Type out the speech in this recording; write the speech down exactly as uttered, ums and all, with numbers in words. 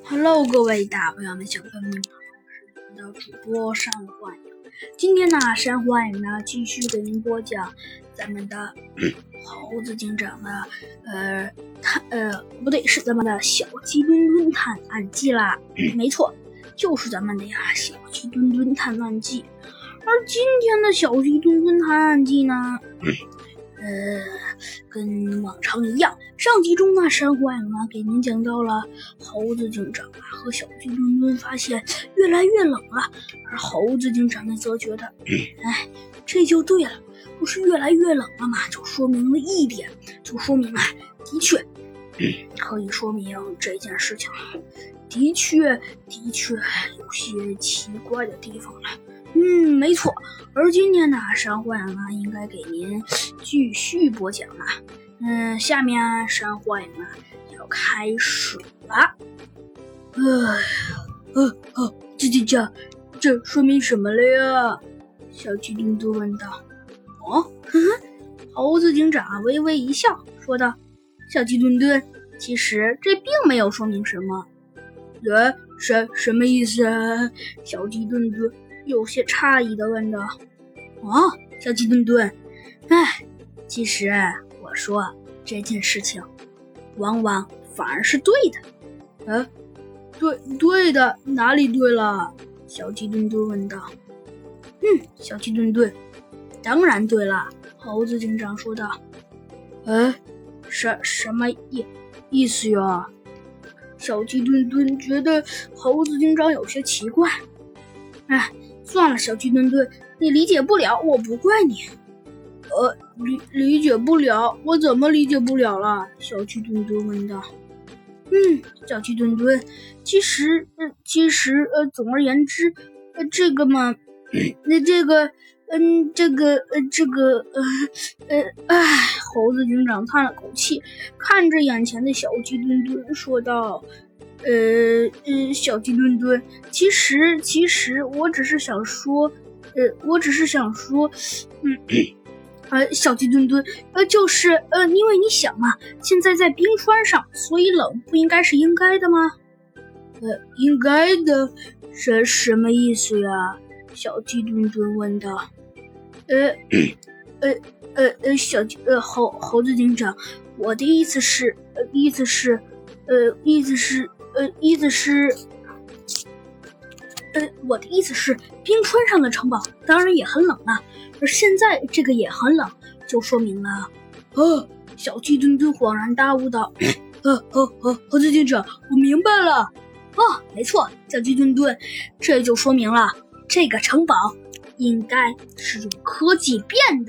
Hello， 各位大朋友们、小朋友们，我是你们的主播山幻影。今天呢，山幻影呢继续给您播讲咱们的猴子警长的呃探呃不对，是咱们的小鸡墩墩探案记啦。没错，就是咱们的呀小鸡墩墩探案记。而今天的小鸡墩墩探案记呢，呃，跟往常一样，上集中呢，山幻影呢给您讲到了猴子警长啊和小鸡墩墩发现越来越冷了，而猴子警长呢则觉得，哎，这就对了，不是越来越冷了吗？就说明了一点，就说明啊，的确，可以说明这件事情的确的确有些奇怪的地方了。嗯，没错。而今天呢，山幻影呢应该给您继续播讲了。嗯，下面山幻影呢要开始了。呃呃呃，这这这这说明什么了呀？小鸡墩墩问道。哦，呵呵，猴子警长微微一笑，说道：“小鸡墩墩，其实这并没有说明什么。”呃，什什么意思啊？小鸡墩墩有些诧异地问道。哦，小鸡墩墩，哎，其实我说这件事情往往反而是对的。呃，对对的，哪里对了？小鸡墩墩问道。嗯，小鸡墩墩，当然对了，猴子警长说道。呃，什什么意意思呀？小鸡墩墩觉得猴子警长有些奇怪。哎，算了，小鸡墩墩，你理解不了，我不怪你。呃，理理解不了，我怎么理解不了了？小鸡墩墩问道。嗯，小鸡墩墩，其实，呃，其实，呃，总而言之，呃，这个嘛，那这个，嗯，这个，呃，这个，呃，呃，唉，猴子警长叹了口气，看着眼前的小鸡墩墩说道。呃呃，小鸡墩墩，其实其实我只是想说，呃，我只是想说，嗯，呃，小鸡墩墩，呃，就是呃，因为你想嘛，现在在冰川上，所以冷不应该是应该的吗？呃，应该的，什什么意思呀？小鸡墩墩问道。呃，呃呃呃，小鸡呃猴猴子警长，我的意思是，呃，意思是，呃，意思是。呃，意思是，呃，我的意思是，冰川上的城堡当然也很冷啊，而现在这个也很冷，就说明了。哦，小鸡墩墩恍然大悟道：“呃，猴猴猴子警长，我明白了。哦，没错，小鸡墩墩，这就说明了这个城堡应该是用科技变的。”